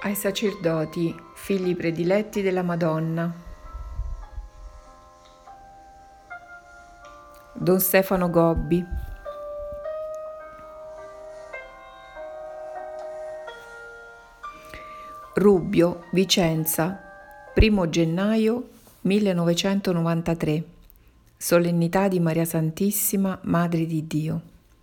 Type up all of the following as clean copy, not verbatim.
Ai sacerdoti, figli prediletti della Madonna. Don Stefano Gobbi. Rubbio, Vicenza, 1 gennaio 1993. Solennità di Maria Santissima, Madre di Dio.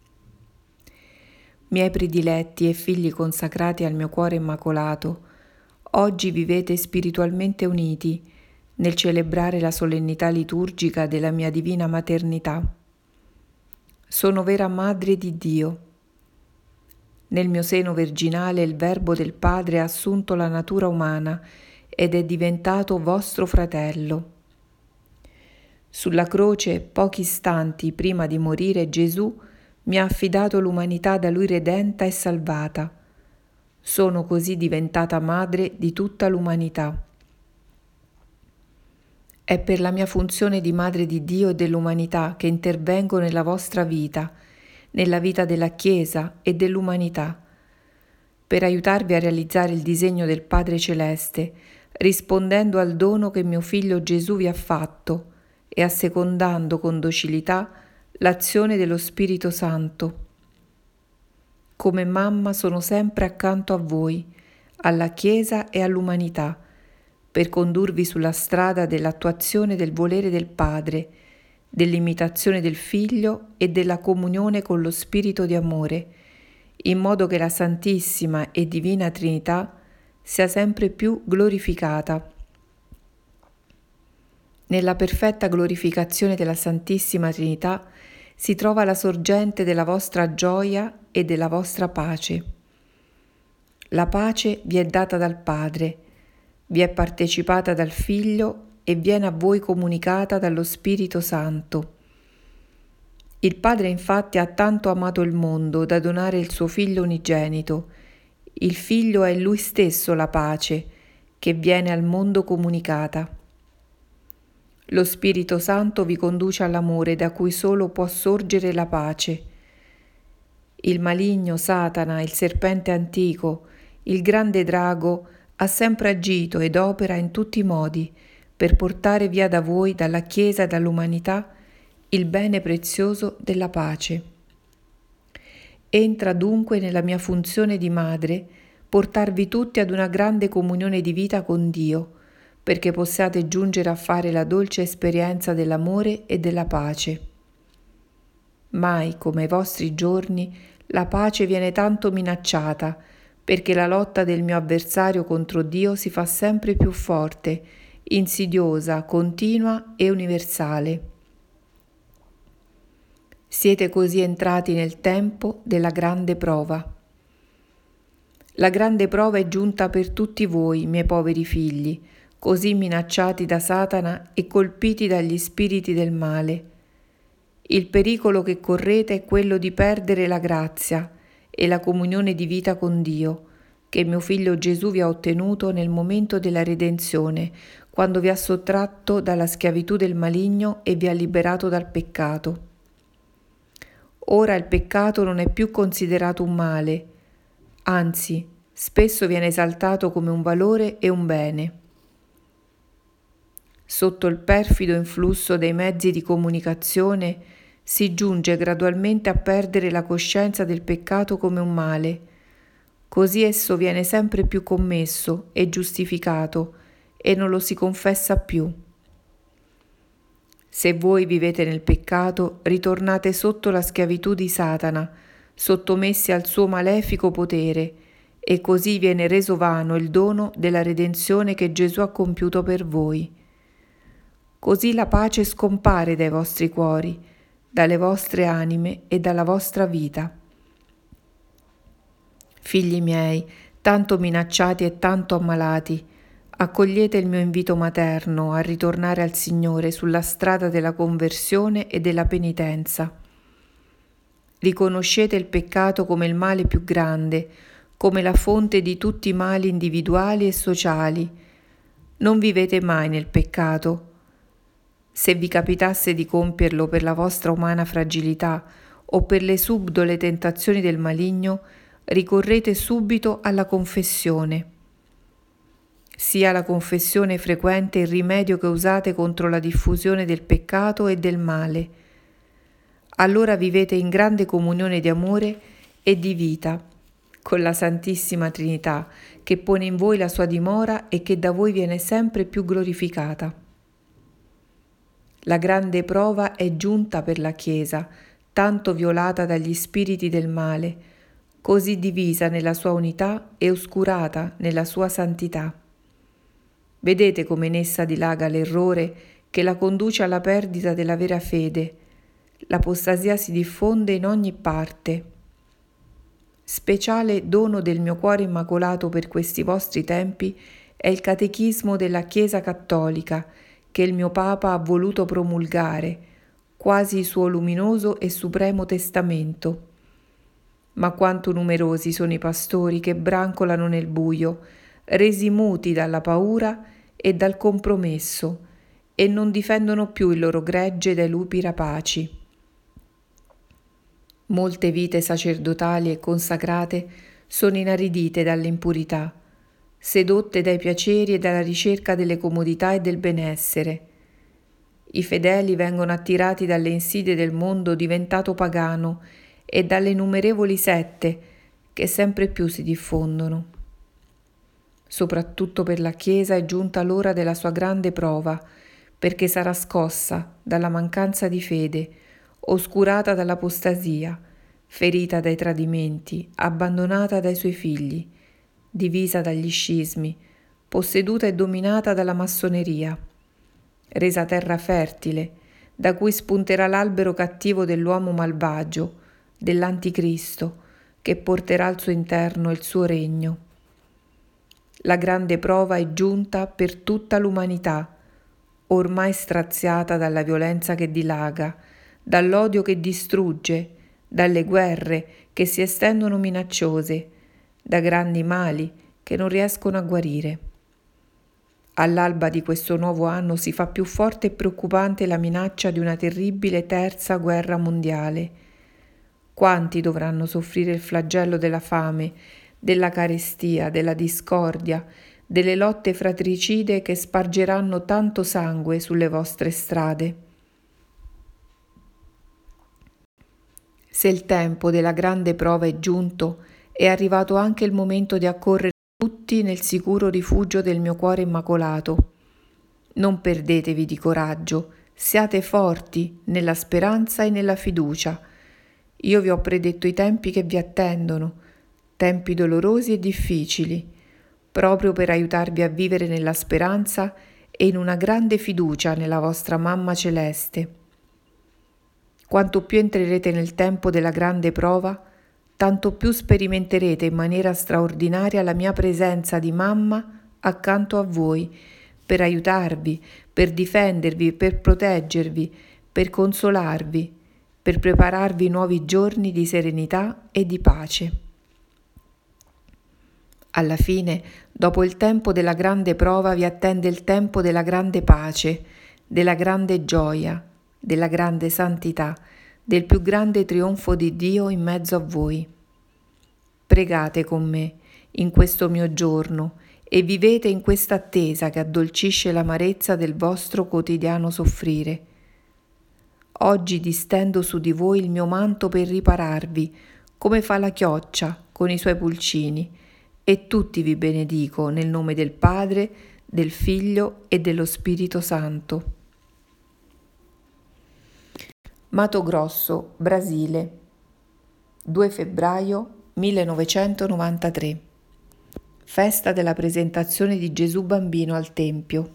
Miei prediletti e figli consacrati al mio cuore immacolato, oggi vivete spiritualmente uniti nel celebrare la solennità liturgica della mia divina maternità. Sono vera Madre di Dio. Nel mio seno virginale il Verbo del Padre ha assunto la natura umana ed è diventato vostro fratello. Sulla croce, pochi istanti prima di morire, Gesù mi ha affidato l'umanità da Lui redenta e salvata. Sono così diventata madre di tutta l'umanità. È per la mia funzione di Madre di Dio e dell'umanità che intervengo nella vostra vita, nella vita della Chiesa e dell'umanità, per aiutarvi a realizzare il disegno del Padre Celeste, rispondendo al dono che mio Figlio Gesù vi ha fatto e assecondando con docilità l'azione dello Spirito Santo. Come mamma sono sempre accanto a voi, alla Chiesa e all'umanità, per condurvi sulla strada dell'attuazione del volere del Padre, dell'imitazione del Figlio e della comunione con lo Spirito di amore, in modo che la Santissima e Divina Trinità sia sempre più glorificata. Nella perfetta glorificazione della Santissima Trinità si trova la sorgente della vostra gioia e della vostra pace. La pace vi è data dal Padre, vi è partecipata dal Figlio e viene a voi comunicata dallo Spirito Santo. Il Padre infatti ha tanto amato il mondo da donare il suo Figlio unigenito. Il Figlio è Lui stesso la pace, che viene al mondo comunicata. Lo Spirito Santo vi conduce all'amore da cui solo può sorgere la pace. Il maligno, Satana, il serpente antico, il grande drago, ha sempre agito ed opera in tutti i modi per portare via da voi, dalla Chiesa e dall'umanità, il bene prezioso della pace. Entra dunque nella mia funzione di madre portarvi tutti ad una grande comunione di vita con Dio, perché possiate giungere a fare la dolce esperienza dell'amore e della pace. Mai come ai vostri giorni la pace viene tanto minacciata, perché la lotta del mio avversario contro Dio si fa sempre più forte, insidiosa, continua e universale. Siete così entrati nel tempo della grande prova. La grande prova è giunta per tutti voi, miei poveri figli, così minacciati da Satana e colpiti dagli spiriti del male. Il pericolo che correte è quello di perdere la grazia e la comunione di vita con Dio, che mio Figlio Gesù vi ha ottenuto nel momento della redenzione, quando vi ha sottratto dalla schiavitù del maligno e vi ha liberato dal peccato. Ora il peccato non è più considerato un male, anzi, spesso viene esaltato come un valore e un bene. Sotto il perfido influsso dei mezzi di comunicazione si giunge gradualmente a perdere la coscienza del peccato come un male. Così esso viene sempre più commesso e giustificato e non lo si confessa più. Se voi vivete nel peccato, ritornate sotto la schiavitù di Satana, sottomessi al suo malefico potere, e così viene reso vano il dono della redenzione che Gesù ha compiuto per voi. Così la pace scompare dai vostri cuori, dalle vostre anime e dalla vostra vita. Figli miei, tanto minacciati e tanto ammalati, accogliete il mio invito materno a ritornare al Signore sulla strada della conversione e della penitenza. Riconoscete il peccato come il male più grande, come la fonte di tutti i mali individuali e sociali. Non vivete mai nel peccato. Se vi capitasse di compierlo per la vostra umana fragilità o per le subdole tentazioni del maligno, ricorrete subito alla confessione. sia la confessione frequente il rimedio che usate contro la diffusione del peccato e del male. Allora vivete in grande comunione di amore e di vita con la Santissima Trinità, che pone in voi la sua dimora e che da voi viene sempre più glorificata. La grande prova è giunta per la Chiesa, tanto violata dagli spiriti del male, così divisa nella sua unità e oscurata nella sua santità. Vedete come in essa dilaga l'errore che la conduce alla perdita della vera fede. L'apostasia si diffonde in ogni parte. Speciale dono del mio cuore immacolato per questi vostri tempi è il catechismo della Chiesa Cattolica che il mio Papa ha voluto promulgare, quasi suo luminoso e supremo testamento. Ma quanto numerosi sono i pastori che brancolano nel buio, resi muti dalla paura e dal compromesso, e non difendono più il loro gregge dai lupi rapaci. Molte vite sacerdotali e consacrate sono inaridite dall'impurità, sedotte dai piaceri e dalla ricerca delle comodità e del benessere. I fedeli vengono attirati dalle insidie del mondo diventato pagano e dalle innumerevoli sette che sempre più si diffondono. Soprattutto per la Chiesa è giunta l'ora della sua grande prova, perché sarà scossa dalla mancanza di fede, oscurata dall'apostasia, ferita dai tradimenti, abbandonata dai suoi figli, divisa dagli scismi, posseduta e dominata dalla massoneria, resa terra fertile, da cui spunterà l'albero cattivo dell'uomo malvagio, dell'anticristo, che porterà al suo interno il suo regno. La grande prova è giunta per tutta l'umanità, ormai straziata dalla violenza che dilaga, dall'odio che distrugge, dalle guerre che si estendono minacciose, da grandi mali che non riescono a guarire. All'alba di questo nuovo anno si fa più forte e preoccupante la minaccia di una terribile terza guerra mondiale. Quanti dovranno soffrire il flagello della fame, della carestia, della discordia, delle lotte fratricide che spargeranno tanto sangue sulle vostre strade. Se il tempo della grande prova è giunto, è arrivato anche il momento di accorrere tutti nel sicuro rifugio del mio cuore immacolato. Non perdetevi di coraggio, siate forti nella speranza e nella fiducia. Io vi ho predetto i tempi che vi attendono, tempi dolorosi e difficili, proprio per aiutarvi a vivere nella speranza e in una grande fiducia nella vostra Mamma Celeste. Quanto più entrerete nel tempo della grande prova, tanto più sperimenterete in maniera straordinaria la mia presenza di mamma accanto a voi, per aiutarvi, per difendervi, per proteggervi, per consolarvi, per prepararvi nuovi giorni di serenità e di pace. Alla fine, dopo il tempo della grande prova, vi attende il tempo della grande pace, della grande gioia, della grande santità, del più grande trionfo di Dio in mezzo a voi. Pregate con me in questo mio giorno e vivete in questa attesa che addolcisce l'amarezza del vostro quotidiano soffrire. Oggi distendo su di voi il mio manto per ripararvi, come fa la chioccia con i suoi pulcini, e tutti vi benedico nel nome del Padre, del Figlio e dello Spirito Santo. Mato Grosso, Brasile, 2 febbraio 1993. Festa della presentazione di Gesù Bambino al Tempio.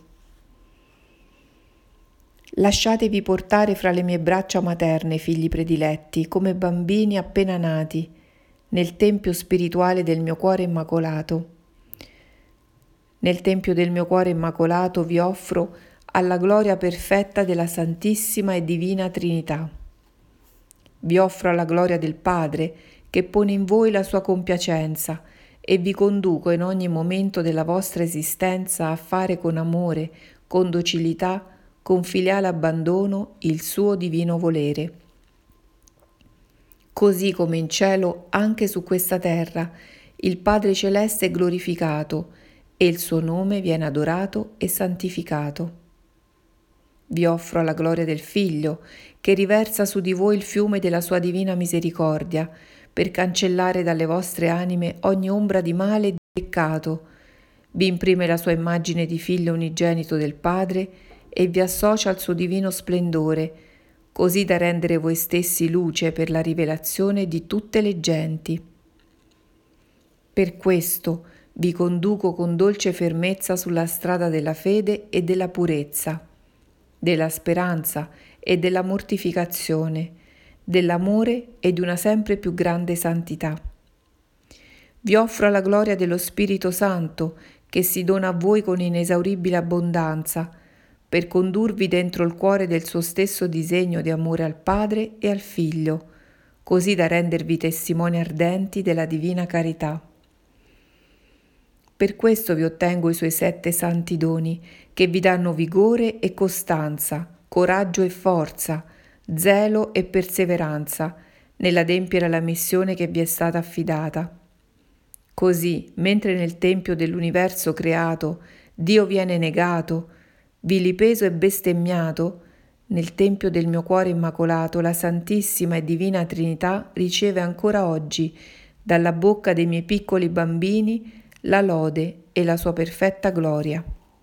Lasciatevi portare fra le mie braccia materne, figli prediletti, come bambini appena nati, nel tempio spirituale del mio cuore immacolato. Nel tempio del mio cuore immacolato vi offro alla gloria perfetta della Santissima e Divina Trinità. Vi offro alla gloria del Padre, che pone in voi la sua compiacenza, e vi conduco in ogni momento della vostra esistenza a fare con amore, con docilità, con filiale abbandono il suo divino volere. Così come in cielo, anche su questa terra, il Padre Celeste è glorificato e il suo nome viene adorato e santificato. Vi offro alla gloria del Figlio, che riversa su di voi il fiume della sua divina misericordia, per cancellare dalle vostre anime ogni ombra di male e di peccato. Vi imprime la sua immagine di Figlio unigenito del Padre e vi associa al suo divino splendore, così da rendere voi stessi luce per la rivelazione di tutte le genti. Per questo vi conduco con dolce fermezza sulla strada della fede e della purezza, della speranza e della mortificazione, dell'amore e di una sempre più grande santità. Vi offro la gloria dello Spirito Santo che si dona a voi con inesauribile abbondanza, per condurvi dentro il cuore del suo stesso disegno di amore al Padre e al Figlio, così da rendervi testimoni ardenti della divina carità. Per questo vi ottengo i suoi 7 santi doni, che vi danno vigore e costanza, coraggio e forza, zelo e perseveranza nell'adempiere la missione che vi è stata affidata. Così, mentre nel tempio dell'universo creato Dio viene negato, vilipeso e bestemmiato, nel tempio del mio cuore immacolato la Santissima e Divina Trinità riceve ancora oggi, dalla bocca dei miei piccoli bambini, la lode e la sua perfetta gloria.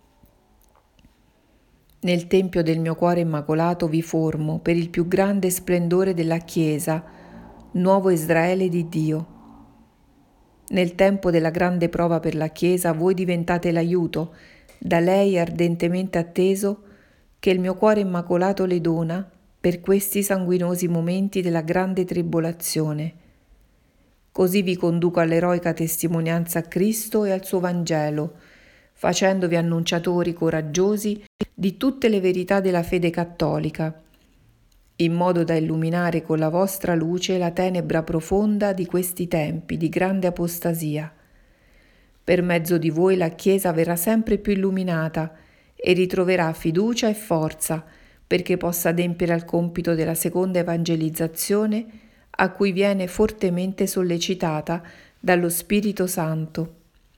Nel tempio del mio cuore immacolato vi formo per il più grande splendore della Chiesa, nuovo Israele di Dio. Nel tempo della grande prova per la Chiesa voi diventate l'aiuto, da lei ardentemente atteso, che il mio cuore immacolato le dona per questi sanguinosi momenti della grande tribolazione. Così vi conduco all'eroica testimonianza a Cristo e al suo Vangelo, facendovi annunciatori coraggiosi di tutte le verità della fede cattolica, in modo da illuminare con la vostra luce la tenebra profonda di questi tempi di grande apostasia. Per mezzo di voi la Chiesa verrà sempre più illuminata e ritroverà fiducia e forza perché possa adempiere al compito della seconda evangelizzazione a cui viene fortemente sollecitata dallo Spirito Santo.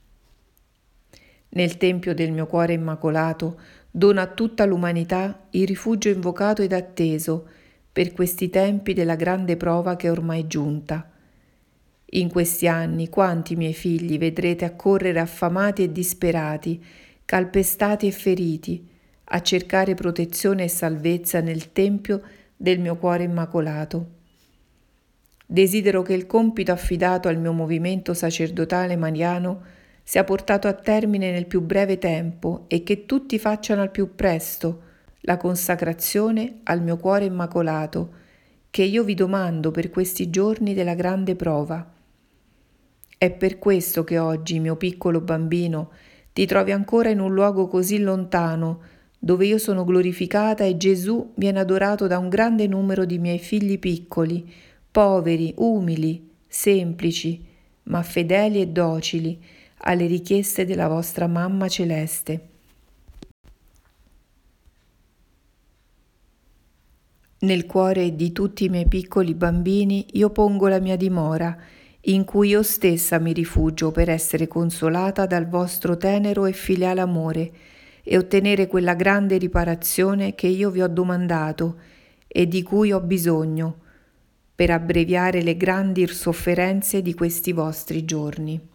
Nel tempio del mio cuore immacolato dono a tutta l'umanità il rifugio invocato ed atteso per questi tempi della grande prova che è ormai giunta. In questi anni quanti miei figli vedrete accorrere affamati e disperati, calpestati e feriti, a cercare protezione e salvezza nel tempio del mio cuore immacolato. Desidero che il compito affidato al mio movimento sacerdotale mariano sia portato a termine nel più breve tempo e che tutti facciano al più presto la consacrazione al mio cuore immacolato, che io vi domando per questi giorni della grande prova. È per questo che oggi, mio piccolo bambino, ti trovi ancora in un luogo così lontano, dove io sono glorificata e Gesù viene adorato da un grande numero di miei figli piccoli, poveri, umili, semplici, ma fedeli e docili alle richieste della vostra Mamma Celeste. Nel cuore di tutti i miei piccoli bambini io pongo la mia dimora, in cui io stessa mi rifugio per essere consolata dal vostro tenero e filiale amore e ottenere quella grande riparazione che io vi ho domandato e di cui ho bisogno, per abbreviare le grandi sofferenze di questi vostri giorni.